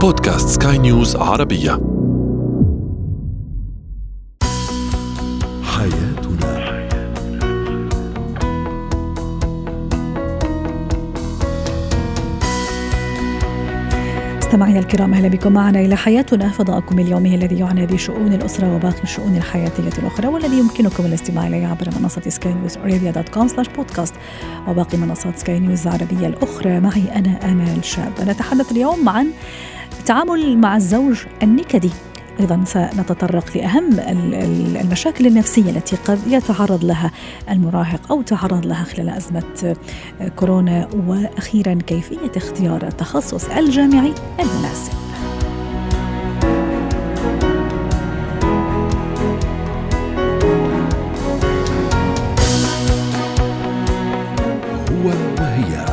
بودكاست سكاي نيوز عربية. حياتنا. مستمعينا الكرام، أهلا بكم معنا إلى حياتنا، فضاءكم اليومي الذي يعنى بشؤون الأسرة وباقي الشؤون الحياتية الأخرى، والذي يمكنكم الاستماع إليه عبر منصة سكاي نيوز arabia.com/podcast وباقي منصات سكاي نيوز العربية الأخرى. معي أنا آمال شاب. نتحدث اليوم عن التعامل مع الزوج النكدي. أيضا سنتطرق لأهم المشاكل النفسية التي قد يتعرض لها المراهق أو تعرض لها خلال أزمة كورونا، وأخيرا كيفية اختيار التخصص الجامعي المناسب. هو وهي.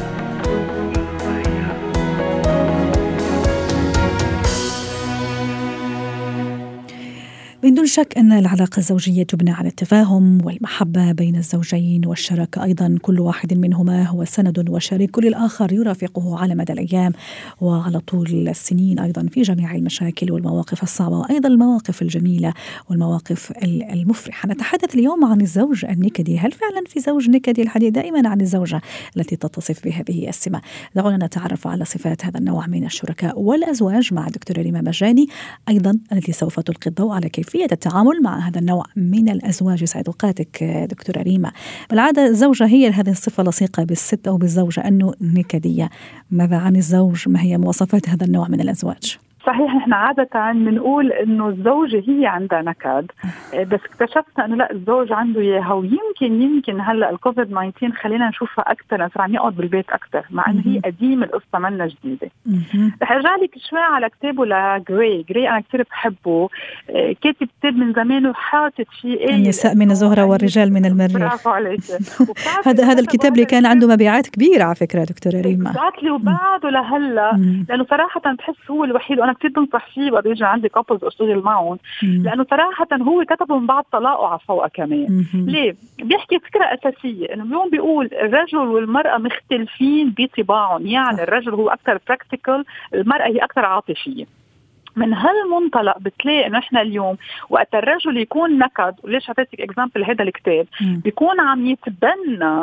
من دون شك أن العلاقة الزوجية تبنى على التفاهم والمحبة بين الزوجين والشراكة. أيضا كل واحد منهما هو سند وشريك للآخر يرافقه على مدى الأيام وعلى طول السنين، أيضا في جميع المشاكل والمواقف الصعبة، وأيضا المواقف الجميلة والمواقف المفرحة. نتحدث اليوم عن الزوج النكدي. هل فعلا في زوج نكدي؟ الحديث دائما عن الزوجة التي تتصف بهذه السمة. دعونا نتعرف على صفات هذا النوع من الشركاء والأزواج مع دكتورة ريما مجاني، أيضا التي سوف تلقي الضوء على كيفية التعامل مع هذا النوع من الأزواج. يسعد أوقاتك دكتورة ريما. بالعادة الزوجة هي هذه الصفة لصيقة بالست أو بالزوجة أنه نكدية. ماذا عن الزوج؟ ما هي مواصفات هذا النوع من الأزواج؟ صحيح، احنا عادة بنقول انه الزوجة هي عندها نكد، بس اكتشفنا انه لا، الزوج عنده اياها. ويمكن هلا الكوفيد 19 خلينا نشوفها اكثر، صار عم يقعد بالبيت اكثر، مع انه هي قديمة القصة منا جديدة. رح ارجع لك شوي على كتابه لجراي. انا كثير بحبه، كاتب كتاب من زمان وحاطط فيه النساء من الزهرة والرجال من المريخ. برافو عليك. هذا الكتاب اللي كان عنده مبيعات كبيرة على فكرة دكتورة ريما. exactly. وبعده لهلا، لأنه صراحة بحس هو الوحيد، وأنا كتير بنصح فيه بقى يجي عندي كابلز أشتغل معهم، لأنه صراحة هو كتبه من بعد طلاقه على فوقه كمان. ليه؟ بيحكي فكرة أساسية، إنه اليوم بيقول الرجل والمرأة مختلفين بطباعهم. يعني الرجل هو أكثر براكتيكال، المرأة هي أكثر عاطفية. من هالمنطلق بتلاقي انه احنا اليوم وقت الرجل يكون نكد، وليش عطيتك اكزامبل هذا الكتاب، بيكون عم يتبنى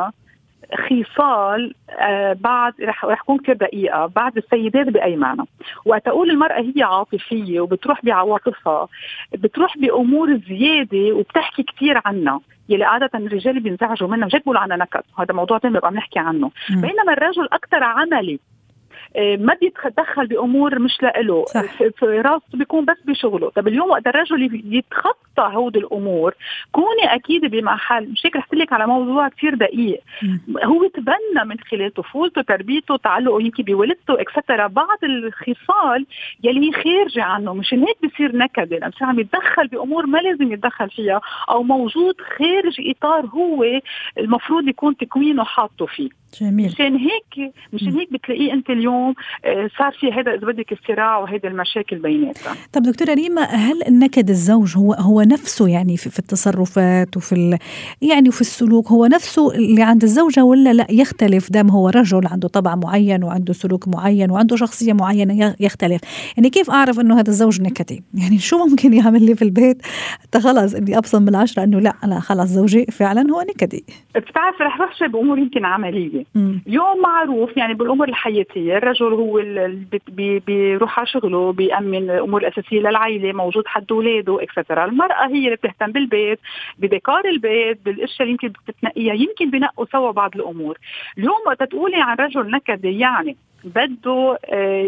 خصال بعد رح أكون كثير دقيقة بعد السيدات بأي معنى. وقت أقول المرأة هي عاطفية وبتروح بعواطفها، بتروح بأمور زيادة وبتحكي كثير عنها يلي عادة الرجال بينزعجوا منها، مش بيقولوا عنها نكد، هذا موضوع تاني بقى بنحكي عنه. بينما الرجل أكثر عملي، ما بيتدخل بأمور مش لإله، في راسه بيكون بس بشغله. طب اليوم وقت الرجل يتخطى هود الأمور، كوني أكيد بمحل، مش هيك رح تلك على موضوع كتير دقيق. هو تبنى من خلال طفولته، تربيته، تعلقه يمكن بولدته اكسترا بعض الخصال يلي هي خارجة عنه، مشان هيك بيصير نكد، لأنه بيصير عم يتدخل بأمور ما لازم يتدخل فيها، أو موجود خارج إطار هو المفروض يكون تكوينه حاطه فيه. جميل. مشان هيك بتلاقيه انت اليوم صار في هذا اذا بدك الصراع وهذه المشاكل بيناتنا. طب دكتورة ريما، هل النكد الزوج هو نفسه يعني في التصرفات وفي يعني وفي السلوك هو نفسه اللي عند الزوجة، ولا لا يختلف دام هو رجل عنده طبع معين وعنده سلوك معين وعنده شخصية معينة يختلف؟ يعني كيف أعرف إنه هذا الزوج نكدي؟ يعني شو ممكن يعمل لي في البيت خلاص إني أبصم بالعشرة إنه لا خلاص زوجي فعلا هو نكدي؟ بتعرف رح بحشي بأمور يمكن عملية. اليوم معروف يعني بالأمور الحياتية الرجل هو اللي بيروح على شغله، بيأمن الأمور الأساسية للعائلة، موجود حد ولاده اكسترا. المرأة هي اللي بتهتم بالبيت، بديكور البيت، بالأشياء اللي يمكن بتتنقيها، يمكن بنقوا سوا بعض الأمور. اليوم وقت تقولي عن رجل نكدي يعني بده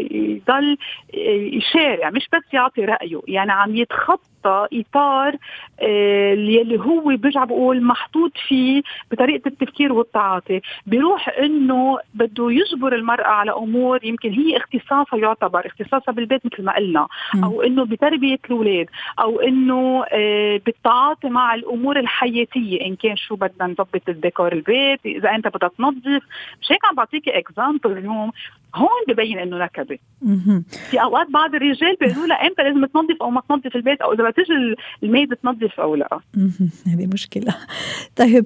يضل يشارع، مش بس يعطي رأيه، يعني عم يتخطى إطار اللي هو برجع بقول محطوط فيه بطريقة التفكير والتعاطي. بيروح إنه بده يجبر المرأة على أمور يمكن هي اختصاصها، يعتبر اختصاصها بالبيت مثل ما قلنا، أو إنه بتربية الأولاد، أو إنه بالتعاطي مع الأمور الحياتية، إن كان شو بدنا نضبط الديكور البيت، إذا أنت بدك تنظف. مش هيك عم بعطيكي إكزامبل اليوم هون ببين انه نكدة. في اوقات بعض الرجال بيقولوا لها امتى لازم تنظف او ما تنظف البيت، او اذا بتجي الميد تنظف او لا. هذه مشكلة. طيب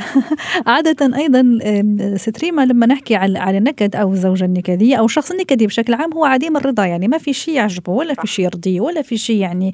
عادة ايضا ست ريما لما نحكي على النكد او الزوجة النكدية او الشخص النكدي بشكل عام، هو عديم الرضا، يعني ما في شيء يعجبه ولا في شيء يرضيه ولا في شيء يعني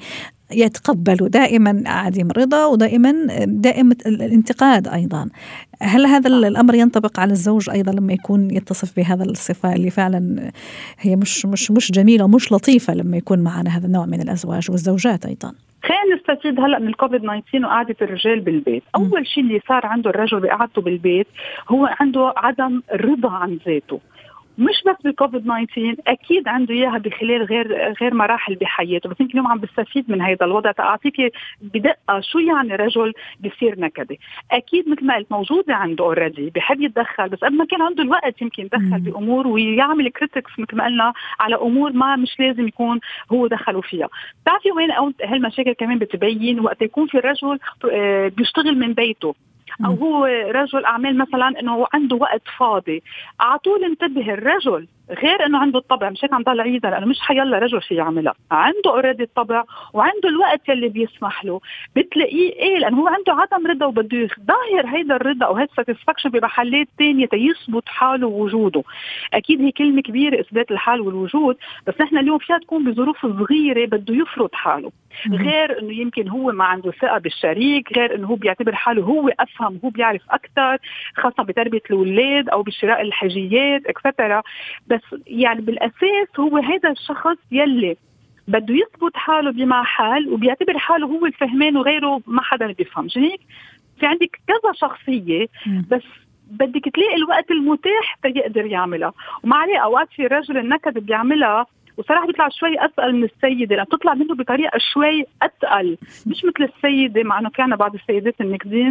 يتقبل، دائما عديم الرضا ودائما دائم الانتقاد أيضا. هل هذا الأمر ينطبق على الزوج أيضا لما يكون يتصف بهذا الصفة اللي فعلا هي مش جميلة ومش لطيفة لما يكون معنا هذا النوع من الأزواج والزوجات أيضا؟ خلينا نستفيد هلأ من الكوفيد 19 وقعدة الرجال بالبيت. أول شيء اللي صار عنده الرجل بقعدته بالبيت هو عنده عدم الرضا عن ذاته، مش بس بالكوفيد 19، اكيد عنده اياها بخلال غير مراحل بحياته. بس يمكن اليوم عم بستفيد من هذا الوضع تعطيك بدقه شو يعني رجل بيصير نكدي. اكيد مثل ما قلت موجوده عنده اوريدي، بحب يتدخل، بس قبل ما كان عنده الوقت يمكن يتدخل بامور ويعمل كريتكس مثل ما قلنا على امور ما مش لازم يكون هو دخلوا فيها. بتعرفي وين هالمشاكل كمان بتبين؟ وقت يكون في رجل بيشتغل من بيته، أو هو رجل أعمال مثلا إنه عنده وقت فاضي، على طول انتبه الرجل غير إنه عنده الطبع، مش هيك عم ضل عيدا لأنه مش حيلا رجل شيء يعملها، عنده أوريدي الطبع وعنده الوقت اللي بيسمح له، بتلاقيه إيه لأنه هو عنده عدم رضا وبده يظاهر هيدا الرضا أو هيدا ساتسفاكشن بمحلات تانية تيثبت حاله ووجوده. أكيد هي كلمة كبيرة إثبات الحال والوجود، بس نحن اليوم فيها تكون بظروف صغيرة بده يفرض حاله، غير إنه يمكن هو ما عنده ثقة بالشريك، غير إنه هو بيعتبر حاله هو أفهم، هو بيعرف أكتر، خاصة بتربية الأولاد أو بشراء الحاجيات اكسترا. بس يعني بالأساس هو هذا الشخص يلي بده يثبت حاله بمحل وبيعتبر حاله هو الفهمان وغيره ما حدا بيفهم. هيك في عندك كذا شخصية، بس بدك تلاقي الوقت المتاح تيقدر يعملها. ومع عليه أوقات في رجل النكد بيعملها وصراحة بيطلع شوي أثقل من السيدة، لأن تطلع منه بطريقة شوي أثقل، مش مثل السيدة، مع أنه كان بعض السيدات النكدين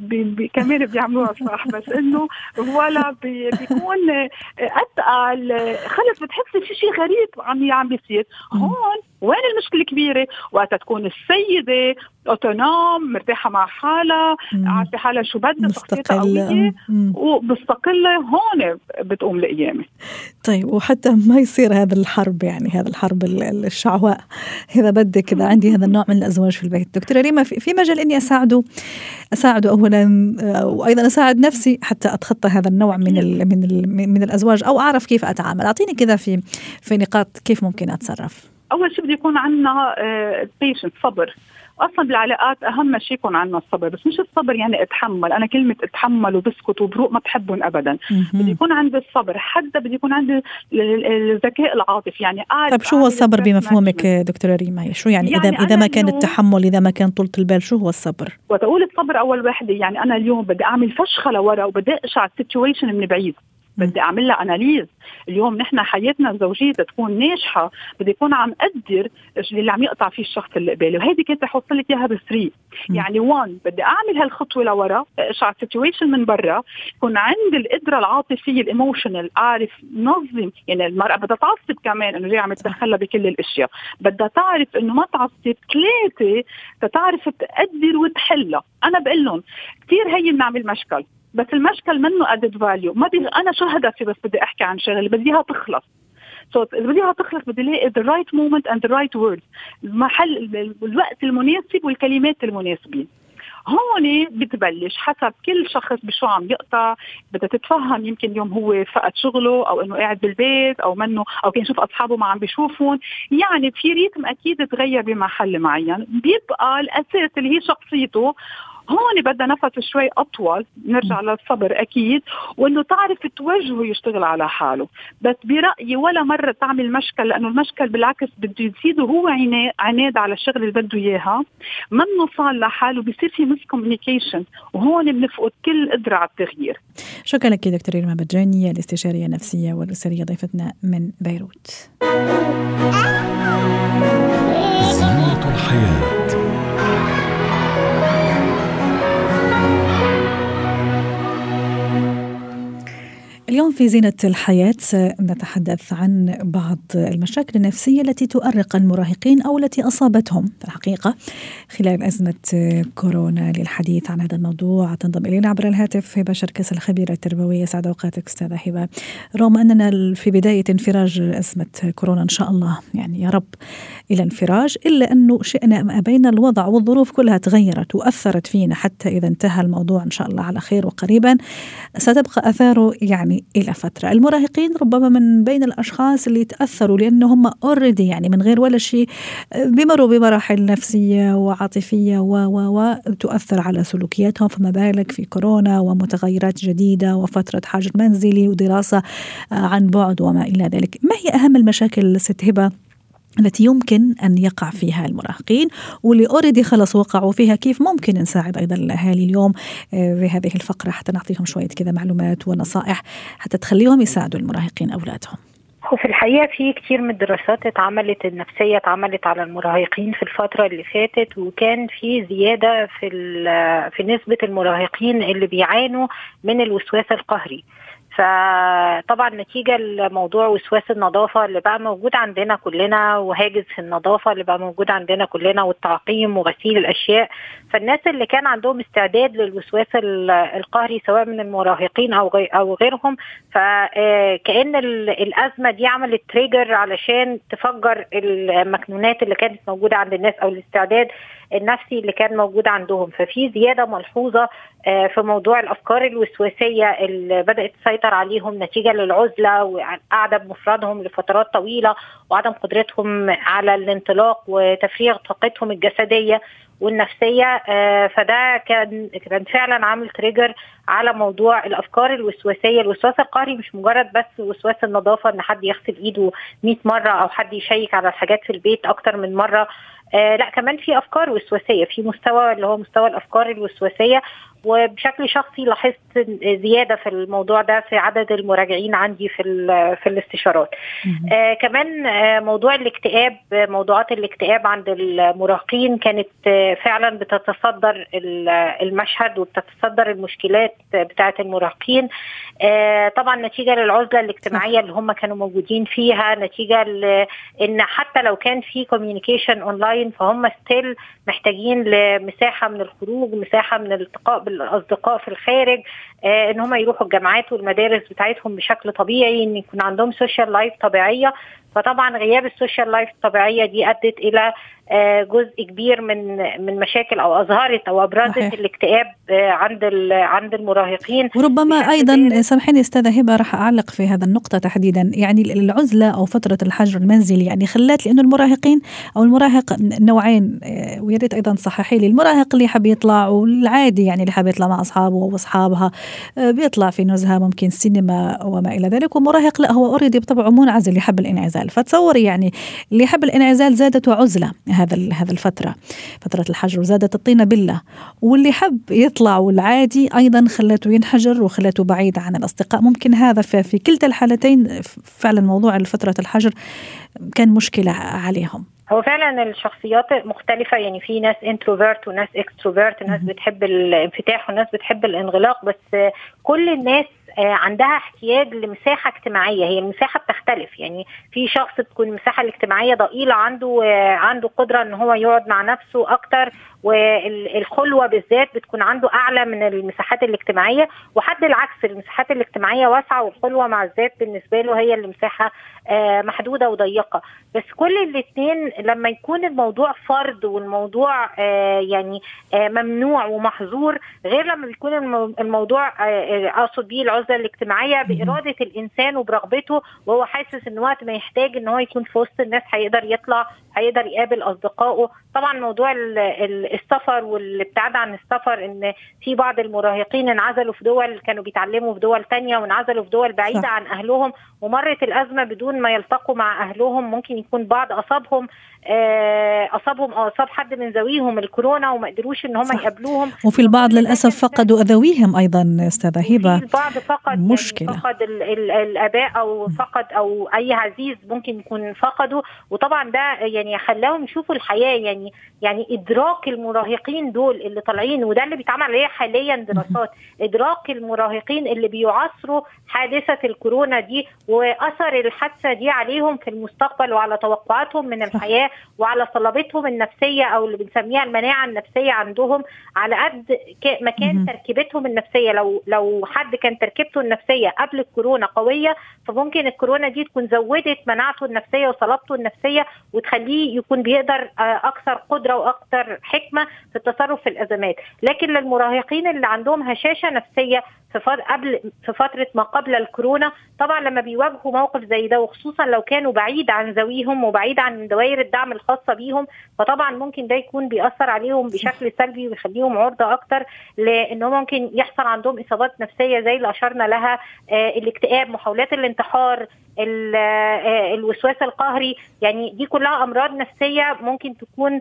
كمان بيعملوها صح، بس إنه ولا بيكون أثقل، خلص بتحسي في شيء غريب عم بيصير. هون وين المشكلة الكبيرة؟ وقت تكون السيدة أوتونوم مرتاحة مع حالها، عارفة حالها شو بدها، شخصيتها قوية ومستقلة، هون بتقوم القيامة. طيب وحتى ما يصير هذا الحرب، يعني هذا الحرب الشعواء إذا بدك، إذا عندي هذا النوع من الأزواج في البيت. دكتورة ريما، في مجال إني أساعده أولا، وأيضا أساعد نفسي حتى أتخطى هذا النوع من الأزواج، أو أعرف كيف أتعامل. أعطيني كذا في نقاط كيف ممكن أتصرف. أول شيء بده يكون عندنا patience، صبر. أصلا بالعلاقات أهم شيء يكون عندنا الصبر، بس مش الصبر يعني أتحمل، أنا كلمة أتحمل وبسكت وبروق ما بحبهم أبدا. بده يكون عندي الصبر، حتى بده يكون عندي الذكاء العاطفي. يعني طيب شو هو الصبر بمفهومك دكتورة ريما؟ شو يعني إذا ما كان التحمل، إذا ما كان طولة البال، شو هو الصبر؟ وتقول الصبر أول واحدة، يعني أنا اليوم بدي أعمل فشخة لورا وبدي أقشع السيتويشن من بعيد، بدي أعمل لها أناليز. اليوم نحن حياتنا الزوجية تكون ناجحة، بدي يكون عم أقدر اللي عم يقطع فيه الشخص اللي قبالي، وهيدي كنت أحط لك إياها بثري. يعني 1 بدي أعمل هالخطوة لورا، أقشع السيتويشن من برا، يكون عندي القدرة العاطفية الإيموشنال، أعرف نظم. يعني المرأة بدها تعصب كمان إنه جاي عم تدخلها بكل الأشياء، بدها تعرف إنه ما تعصب. 3 تعرف تقدر وتحلها. أنا بقول لهم كتير هي بنعمل مشكل، بس المشكل منه added value. ما بدي أنا شو هدفي، بس بدي أحكي عن شغل بديها تخلص. إذا بديها تخلص بدي لاقي the right moment and the right words، المحل الوقت المناسب والكلمات المناسبين. هون بتبلش حسب كل شخص بشو عم يقطع. بدها تتفهم يمكن اليوم هو فقد شغله، أو إنه قاعد بالبيت، أو منه، أو كان يشوف أصحابه ما عم بيشوفون. يعني في ريتم أكيد تغير بمحل معين. بيبقى الأساس اللي هي شخصيته. هون بدها نفس شوي أطول، نرجع للصبر أكيد، وإنه تعرف توجهه يشتغل على حاله. بس برأيي ولا مرة تعمل مشكل، لأنه المشكل بالعكس بده يزيده هو عناد على الشغل اللي بده إياها، منه صار لحاله، بيصير في مسكوميونيكيشن، وهون بنفقد كل قدرة على التغيير. شكرا لك دكتورة ريما بدراني، الاستشارية النفسية والأسرية، ضيفتنا من بيروت. زينة الحياة. اليوم اليوم في زينة الحياة نتحدث عن بعض المشاكل النفسية التي تؤرق المراهقين أو التي أصابتهم في الحقيقة خلال أزمة كورونا. للحديث عن هذا الموضوع تنضم إلينا عبر الهاتف هبة شركس الخبيرة التربوية. سعد أوقاتك أستاذة هبة. رغم أننا في بداية انفراج أزمة كورونا إن شاء الله، يعني يا رب إلى انفراج، إلا أنه شئنا أم أبينا الوضع والظروف كلها تغيرت وأثرت فينا حتى إذا انتهى الموضوع إن شاء الله على خير وقريبا ستبقى أثاره يعني إلى فترة. المراهقين ربما من بين الأشخاص اللي تأثروا لأنهم already يعني من غير ولا شيء بمروا بمراحل نفسية وعاطفية وتؤثر على سلوكياتهم، فما بالك في كورونا ومتغيرات جديدة وفترة حجر منزلي ودراسة عن بعد وما إلى ذلك. ما هي أهم المشاكل ست هبة التي يمكن أن يقع فيها المراهقين واللي أوريدي خلص وقعوا فيها؟ كيف ممكن نساعد أيضا الأهالي اليوم بهذه الفقرة حتى نعطيهم شوية كذا معلومات ونصائح حتى تخليهم يساعدوا المراهقين أولادهم؟ وفي الحقيقة في كتير من الدراسات اتعملت النفسية اتعملت على المراهقين في الفترة اللي فاتت، وكان في زيادة في نسبة المراهقين اللي بيعانوا من الوسواس القهري. فطبعا نتيجة لموضوع وسواس النظافة اللي بقى موجود عندنا كلنا، وهاجس النظافة اللي بقى موجود عندنا كلنا، والتعقيم وغسيل الأشياء، فالناس اللي كان عندهم استعداد للوسواس القهري سواء من المراهقين أو غيرهم، فكأن الأزمة دي عملت تريجر علشان تفجر المكنونات اللي كانت موجودة عند الناس أو الاستعداد النفسي اللي كان موجود عندهم. ففي زيادة ملحوظة في موضوع الأفكار الوسواسية اللي بدأت تسيطر عليهم نتيجة للعزلة وقعدة بمفردهم لفترات طويلة وعدم قدرتهم على الانطلاق وتفريغ طاقتهم الجسدية والنفسية. فده كان فعلا عامل تريجر على موضوع الأفكار الوسواسية. الوسواس القهري مش مجرد بس وسواس النظافة ان حد يغسل ايده 100 مرة او حد يشيك على الحاجات في البيت اكتر من مرة، لا كمان في أفكار وسواسية في مستوى اللي هو مستوى الأفكار الوسواسية. وبشكل شخصي لاحظت زيادة في الموضوع ده في عدد المراجعين عندي في الاستشارات. كمان موضوع الاكتئاب، موضوعات الاكتئاب عند المراهقين كانت فعلا بتتصدر المشهد وبتتصدر المشكلات بتاعة المراهقين، طبعا نتيجة للعزلة الاجتماعية اللي هم كانوا موجودين فيها، نتيجة ان حتى لو كان في كوميونيكيشن اونلاين فهم ستيل محتاجين لمساحة من الخروج، مساحة من الالتقاء بالأصدقاء في الخارج، ان هم يروحوا الجامعات والمدارس بتاعتهم بشكل طبيعي، ان يكون عندهم سوشيال لايف طبيعية. فطبعا غياب السوشيال لايف الطبيعية دي أدت إلى جزء كبير من مشاكل أو أظهرت أو أبرزت الاكتئاب عند المراهقين. وربما أيضا سامحيني أستاذة هبة راح أعلق في هذا النقطة تحديدا، يعني العزلة أو فترة الحجر المنزلي يعني خلت لأنه المراهقين أو المراهق نوعين، ويا ريت أيضا صححي لي، المراهق اللي حاب يطلع والعادي يعني اللي حاب يطلع مع أصحابه وأصحابها بيطلع في نزهة ممكن سينما وما إلى ذلك، ومراهق لا هو أوريدي بطبعه منعزل يحب الانعزال. فتصوري يعني اللي يحب الانعزال زادت عزلة هذا الفترة، فترة الحجر، وزادت الطينة بالله، واللي حب يطلع والعادي أيضا خلته ينحجر وخلته بعيد عن الأصدقاء. ممكن هذا في كلتا الحالتين فعلا موضوع فترة الحجر كان مشكلة عليهم. هو فعلا الشخصيات مختلفة، يعني في ناس انتروفيرت وناس اكستروفيرت، ناس بتحب الانفتاح وناس بتحب الانغلاق، بس كل الناس عندها احتياج لمساحة اجتماعية. هي المساحة بتختلف، يعني في شخص تكون المساحة الاجتماعية ضئيلة عنده قدرة ان هو يقعد مع نفسه اكتر، والخلوة بالذات بتكون عنده اعلى من المساحات الاجتماعية، وحد العكس المساحات الاجتماعية واسعة والخلوة مع الذات بالنسبة له هي اللي مساحة محدودة وضيقة. بس كل الاثنين لما يكون الموضوع فرض والموضوع يعني ممنوع ومحظور، غير لما يكون الموضوع اقصد بيه العزلة الاجتماعية بإرادة الإنسان وبرغبته، وهو حاسس ان وقت ما يحتاج ان هو يكون في وسط الناس هيقدر يطلع، هيقدر يقابل أصدقائه. طبعا موضوع السفر والابتعاد عن السفر، ان في بعض المراهقين انعزلوا في دول كانوا بيتعلموا في دول تانية وانعزلوا في دول بعيدة عن أهلهم، ومرت الأزمة بدون ما يلتقوا مع أهلهم. ممكن يكون بعض أصابهم أو أصاب حد من ذويهم الكورونا وما قدروش إن هم يقابلوهم، وفي البعض للأسف فقدوا أذويهم أيضا أستاذة هبة. البعض فقد مشكلة. يعني فقد الآباء أو فقد أو أي عزيز ممكن يكون فقده. وطبعا ده يعني خلاهم يشوفوا الحياة، يعني إدراك المراهقين دول اللي طالعين، وده اللي بيتعمل عليه حاليا دراسات، إدراك المراهقين اللي بيعاصروا حادثة الكورونا دي وأثر الحادثة دي عليهم في المستقبل وعلى توقعاتهم من الحياة وعلى صلابتهم النفسية أو اللي بنسميها المناعة النفسية عندهم، على قد ما كان تركيبتهم النفسية. لو حد كان تركيبته النفسية قبل الكورونا قوية، فممكن الكورونا دي تكون زودت مناعته النفسية وصلابته النفسية وتخليه يكون بيقدر أكثر قدرة وأكثر حكمة في التصرف في الأزمات. لكن للمراهقين اللي عندهم هشاشة نفسية في فترة ما قبل الكورونا، طبعا لما بيواجهوا موقف زي ده، وخصوصا لو كانوا بعيد عن ذويهم وبعيد عن دوائر الدعم الخاصة بيهم، فطبعا ممكن ده يكون بيأثر عليهم بشكل سلبي ويخليهم عرضة أكتر لأنه ممكن يحصل عندهم إصابات نفسية زي اللي أشرنا لها، الاكتئاب، محاولات الانتحار، الوسواس القهري. يعني دي كلها أمراض نفسية ممكن تكون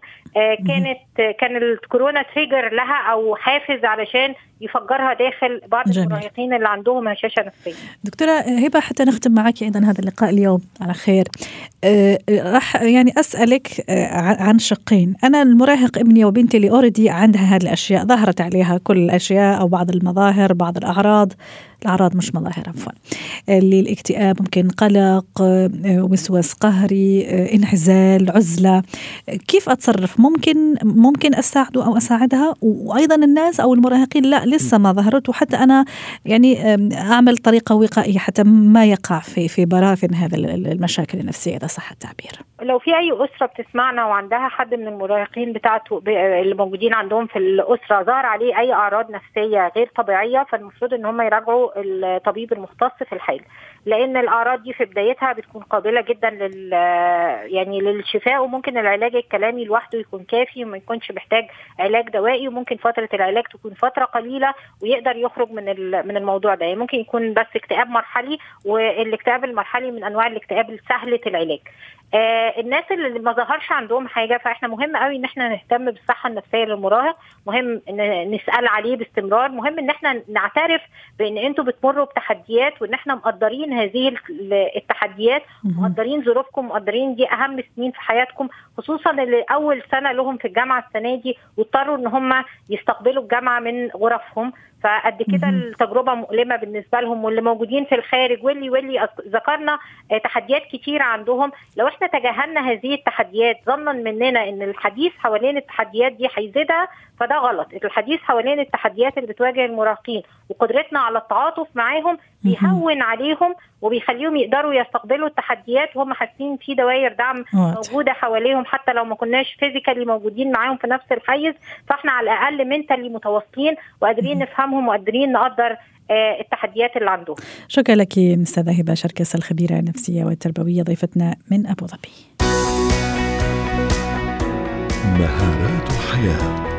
كان الكورونا تريجر لها أو حافز علشان يفجرها داخل بعض المراهقين اللي عندهم هشاشة نفسية. دكتورة هبة، حتى نختم معك أيضا هذا اللقاء اليوم على خير، راح يعني أسألك عن شقين. أنا المراهق ابني وبنتي اللي أوريدي عندها هذه الأشياء، ظهرت عليها كل الأشياء أو بعض المظاهر، بعض الأعراض مش مظاهر عفوا، اللي الاكتئاب، ممكن قلق، وسواس قهري، انعزال، عزلة. كيف أتصرف؟ ممكن أساعده أو أساعدها، وأيضا الناس أو المراهقين لا لسه ما ظهرت، وحتى أنا يعني أعمل طريقة وقائية حتى ما يقع في براثن هذا المشاكل النفسية، إذا صح التعبير. لو في أي أسرة بتسمعنا وعندها حد من المراهقين بتاعته اللي موجودين عندهم في الأسرة ظهر عليه أي أعراض نفسية غير طبيعية، فالمفروض إن هم يراجعوا الطبيب المختص في الحالة، لأن الأعراض دي في بدايتها بتكون قابلة جدا للشفاء، وممكن العلاج الكلامي لوحده يكون كافي وما يكونش محتاج علاج دوائي، وممكن فترة العلاج تكون فترة قليلة ويقدر يخرج من الموضوع ده. يعني ممكن يكون بس اكتئاب مرحلي، والاكتئاب المرحلي من أنواع الاكتئاب السهلة العلاج. الناس اللي ما ظهرش عندهم حاجة، فاحنا مهم قوي ان احنا نهتم بالصحة النفسية للمراهق، مهم ان نسأل عليه باستمرار، مهم ان احنا نعترف بان انتوا بتمروا بتحديات وان احنا مقدرين هذه التحديات، مقدرين ظروفكم، مقدرين دي اهم سنين في حياتكم، خصوصا اللي اول سنة لهم في الجامعة السنة دي واضطروا ان هم يستقبلوا الجامعة من غرفهم، فقد كده التجربة مؤلمة بالنسبة لهم، واللي موجودين في الخارج واللي ذكرنا تحديات كتيرة عندهم. لو احنا تجاهلنا هذه التحديات ظنا مننا ان الحديث حوالين التحديات دي هيزيدها، فده غلط. الحديث حوالين التحديات اللي بتواجه المراهقين وقدرتنا على التعاطف معاهم بيهون عليهم وبيخليهم يقدروا يستقبلوا التحديات وهم حاسين في دوائر دعم موجودة حواليهم، حتى لو ما كناش فيزيكالي موجودين معاهم في نفس الحيز، فاحنا على الأقل منتالي متواصلين وقادرين نفهمهم وقادرين نقدر التحديات اللي عندهم. شكرا لك أستاذة هبة شركس، الخبيرة النفسية والتربوية، ضيفتنا من أبو ظبي. مهارات الحياة.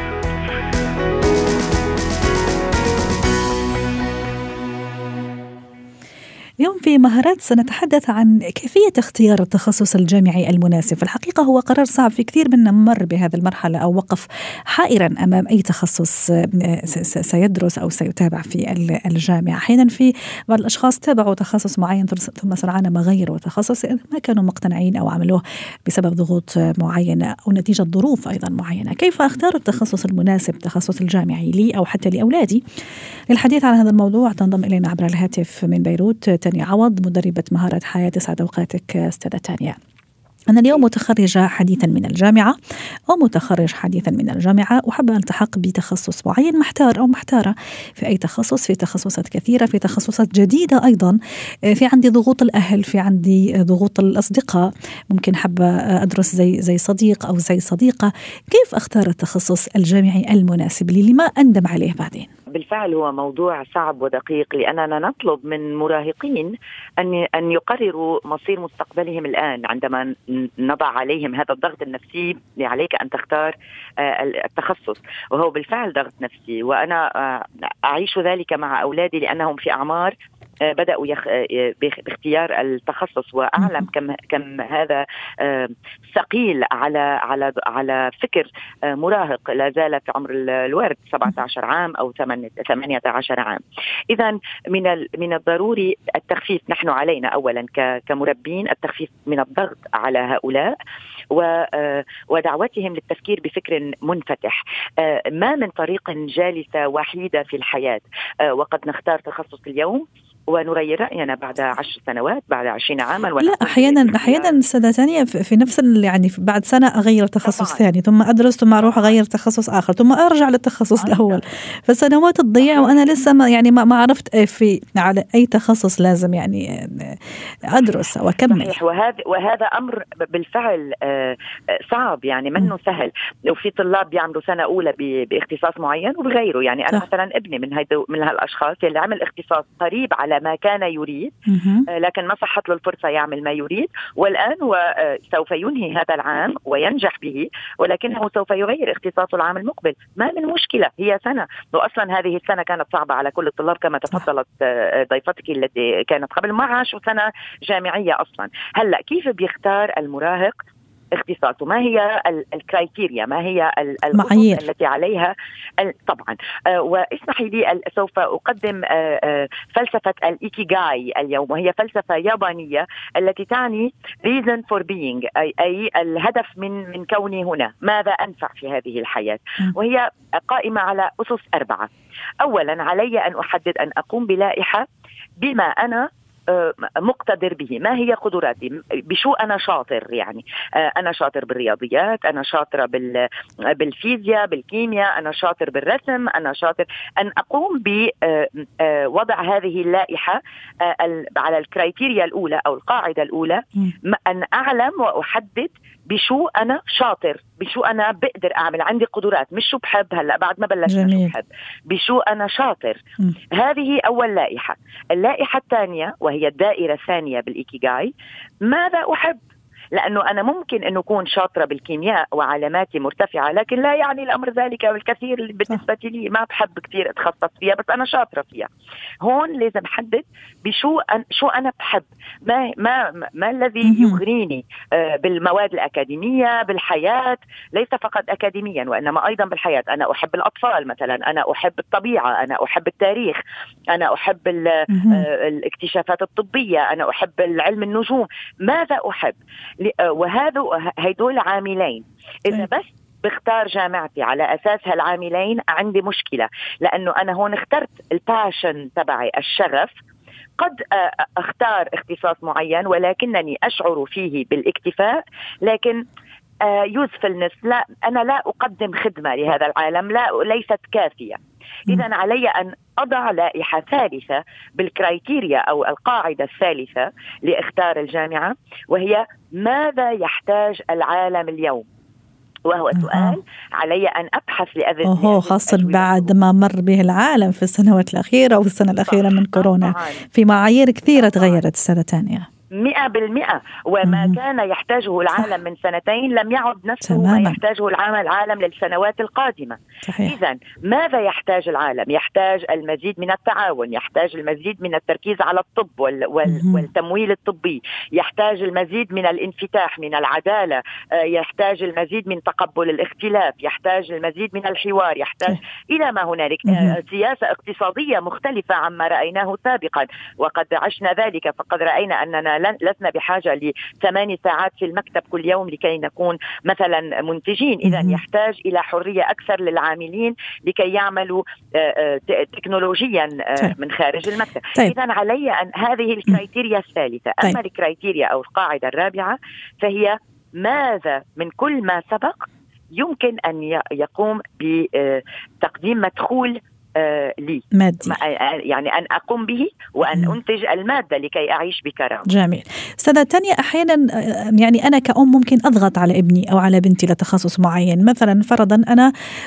اليوم في مهارات سنتحدث عن كيفية اختيار التخصص الجامعي المناسب. في الحقيقة هو قرار صعب، في كثير منا مر بهذه المرحلة أو وقف حائرا أمام أي تخصص سيدرس أو سيتابع في الجامعة. أحيانا في بعض الأشخاص تابعوا تخصص معين ثم سرعان ما غيروا تخصص ما كانوا مقتنعين أو عملوه بسبب ضغوط معينة أو نتيجة ظروف أيضا معينة. كيف أختار التخصص المناسب، التخصص الجامعي لي أو حتى لأولادي؟ للحديث عن هذا الموضوع تنضم إلينا عبر الهاتف من بيروت تانيا عوض، مدربة مهارات حياة. تسعد أوقاتك أستاذة تانيا. أنا اليوم متخرجة حديثا من الجامعة أو متخرج حديثا من الجامعة، وحابة أن ألتحق بتخصص معين، محتار أو محتارة في أي تخصص، في تخصصات كثيرة، في تخصصات جديدة أيضا، في عندي ضغوط الأهل، في عندي ضغوط الأصدقاء، ممكن حابة أدرس زي صديق أو زي صديقة. كيف أختار التخصص الجامعي المناسب لي لما أندم عليه بعدين؟ بالفعل هو موضوع صعب ودقيق، لأننا نطلب من مراهقين أن يقرروا مصير مستقبلهم الآن. عندما نضع عليهم هذا الضغط النفسي، عليك أن تختار التخصص، وهو بالفعل ضغط نفسي، وأنا أعيش ذلك مع أولادي لأنهم في أعمار بدأوا باختيار التخصص، وأعلم كم هذا ثقيل على فكر مراهق لا زال في عمر الورد 17 عام أو 18 عام. إذن من الضروري التخفيف. نحن علينا أولا كمربين التخفيف من الضغط على هؤلاء، ودعوتهم للتفكير بفكر منفتح. ما من طريق جالسة وحيدة في الحياة، وقد نختار تخصص اليوم ونغير رأينا بعد 10 سنوات، بعد 20 عاما. لا، أحيانا سنة ثانية في نفس يعني بعد سنة أغير تخصص ثاني، ثم أدرس، ثم أروح أغير تخصص آخر، ثم أرجع للتخصص الأول. فسنوات تضيع وأنا لسه ما عرفت على أي تخصص لازم يعني أدرس وأكمل. صحيح. وهذا أمر بالفعل صعب، يعني منه سهل. وفي طلاب بيعملوا سنة أولى باختصاص معين وبغيره. يعني أنا مثلا ابني من هالأشخاص اللي عمل اختصاص قريب على ما كان يريد، لكن ما صحت له الفرصة يعمل ما يريد، والآن سوف ينهي هذا العام وينجح به، ولكنه سوف يغير اختصاصه العام المقبل. ما من مشكلة، هي سنة، وأصلا هذه السنة كانت صعبة على كل الطلاب كما تفضلت ضيفتك التي كانت قبل، ما عاشوا سنة جامعية أصلا. هلأ كيف بيختار المراهق اختصاصه؟ ما هي الكرايتيريا؟ ما هي المعايير التي عليها؟ طبعا. واسمحي لي سوف أقدم فلسفة الإيكيغاي اليوم، وهي فلسفة يابانية التي تعني reason for being، أي الهدف من كوني هنا، ماذا أنفع في هذه الحياة. وهي قائمة على أسس 4. أولا، علي أن أحدد أن أقوم بلائحة بما أنا مقتدر به. ما هي قدراتي؟ بشو أنا شاطر؟ يعني أنا شاطر بالرياضيات، أنا شاطرة بالفيزياء، بالكيمياء، أنا شاطر بالرسم، أنا شاطر. أن أقوم بوضع هذه اللائحة على الكرايتيريا الأولى أو القاعدة الأولى، أن أعلم وأحدد بشو أنا شاطر، بشو أنا بقدر أعمل، عندي قدرات، مش شو بحب. هلأ بعد ما بلشنا شو بحب، بشو أنا شاطر. هذه أول لائحة. اللائحة الثانية وهي الدائرة الثانية بالإيكيغاي، ماذا أحب؟ لأنه أنا ممكن أن أكون شاطرة بالكيمياء وعلاماتي مرتفعة، لكن لا يعني الأمر ذلك بالكثير بالنسبة لي. ما بحب كثير أتخصص فيها، بس أنا شاطرة فيها. هون لازم أحدد شو أنا بحب، ما الذي يغريني بالمواد الأكاديمية، بالحياة، ليس فقط أكاديميا وإنما أيضا بالحياة. أنا أحب الأطفال مثلا، أنا أحب الطبيعة، أنا أحب التاريخ، أنا أحب الاكتشافات الطبية، أنا أحب العلم النجوم. ماذا أحب؟ هيدول عاملين. إذا بس بختار جامعتي على أساس هالعاملين عندي مشكلة، لأنه أنا هون اخترت الباشن تبعي، الشغف. قد اختار اختصاص معين ولكنني أشعر فيه بالاكتفاء، لكن يوزفلنس، لا، أنا لا أقدم خدمة لهذا العالم، ليست كافية. إذن علي أن أضع لائحة ثالثة بالكرايتيريا أو القاعدة الثالثة لإختار الجامعة، وهي ماذا يحتاج العالم اليوم؟ وهو سؤال علي أن أبحث لأذن خاصة بعد ما مر به العالم في السنوات الأخيرة والسنة الأخيرة من كورونا. في معايير كثيرة تغيرت السنة الثانية 100%. وما كان يحتاجه العالم من سنتين لم يعد نفسه ما يحتاجه العالم للسنوات القادمة. إذن ماذا يحتاج العالم؟ يحتاج المزيد من التعاون، يحتاج المزيد من التركيز على الطب والتمويل الطبي، يحتاج المزيد من الانفتاح، من العدالة، يحتاج المزيد من تقبل الاختلاف، يحتاج المزيد من الحوار، يحتاج إلى ما هنالك سياسة اقتصادية مختلفة عما رأيناه سابقا، وقد عشنا ذلك. فقد رأينا أننا لسنا بحاجة ل8 ساعات في المكتب كل يوم لكي نكون مثلا منتجين. إذن يحتاج إلى حرية أكثر للعاملين لكي يعملوا تكنولوجيا من خارج المكتب. إذن علي أن هذه الكرايتيريا الثالثة. أما الكرايتيريا أو القاعدة الرابعة فهي ماذا من كل ما سبق يمكن أن يقوم بتقديم مدخول لي مادي، يعني أن أقوم به وأن أنتج المادة لكي أعيش بكرامة. جميل. سادة تانية، أحيانا يعني أنا كأم ممكن أضغط على ابني أو على بنتي لتخصص معين. مثلا فرضا أنا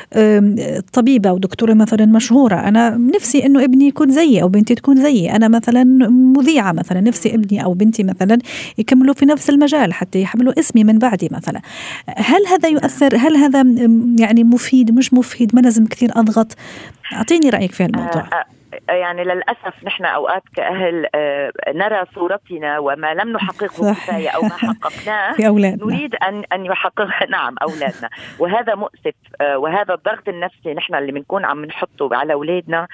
طبيبة أو دكتورة مثلا مشهورة، أنا نفسي أنه ابني يكون زيي أو بنتي تكون زيي. أنا مثلا مذيعة مثلا، نفسي ابني أو بنتي مثلا يكملوا في نفس المجال حتى يحملوا اسمي من بعدي مثلا. هل هذا يؤثر؟ هل هذا يعني مفيد مش مفيد؟ ما لازم كثير أضغط؟ أعطيني رأيك في الموضوع. يعني للأسف نحن أوقات كأهل نرى صورتنا وما لم نحققه كفاية أو ما حققناه في أولادنا. نريد أن يحقق أولادنا، وهذا مؤسف. وهذا الضغط النفسي نحن اللي بنكون عم نحطه على أولادنا،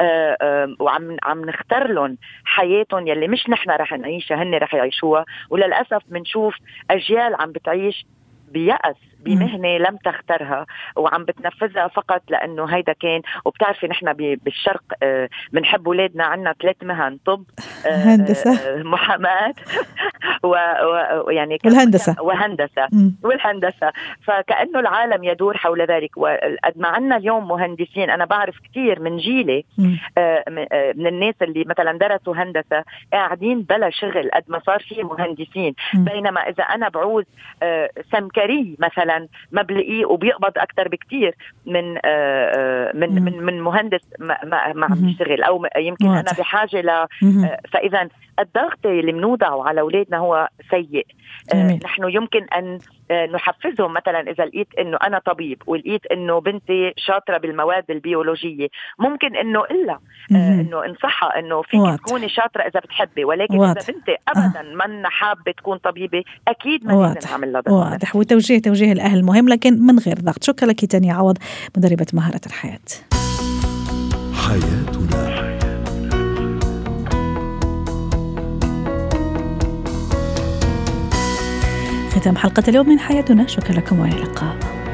وعم نختار لهم حياتهم يلي مش نحن رح نعيشها، هن رح يعيشوها. وللأسف بنشوف أجيال عم بتعيش بيأس بمهنة لم تختارها وعم بتنفذها فقط لأنه هيدا كان. وبتعرفي نحن بالشرق بنحب أولادنا، عنا 3 مهن: طب، هندسة، محاماة ويعني والهندسة. فكأنه العالم يدور حول ذلك. وقد ما عنا اليوم مهندسين، أنا بعرف كتير من جيلي من الناس اللي مثلا درسوا هندسة قاعدين بلا شغل قد ما صار فيه مهندسين. بينما إذا أنا بعوز سمكري مثلا ما بلاقيه وبيقبض أكتر بكتير من مهندس ما عم يشتغل، أو يمكن أنا بحاجة فإذا الضغط اللي بنوضعه على أولادنا هو سيء. نحن يمكن أن نحفزهم. مثلا إذا لقيت إنه أنا طبيب ولقيت إنه بنتي شاطرة بالمواد البيولوجية، ممكن إنه إنه انصحها إنه فيك تكوني شاطرة إذا بتحبي، ولكن إذا بنتي أبدا ما حابة تكون طبيبة أكيد ما لازم نعمل لها. واضح. وتوجيه الأهل مهم لكن من غير ضغط. شكرا لك تانيا عوض، مدربة مهارة الحياة. حياتنا. ختام حلقة اليوم من حياتنا. شكرا لكم وإلى اللقاء.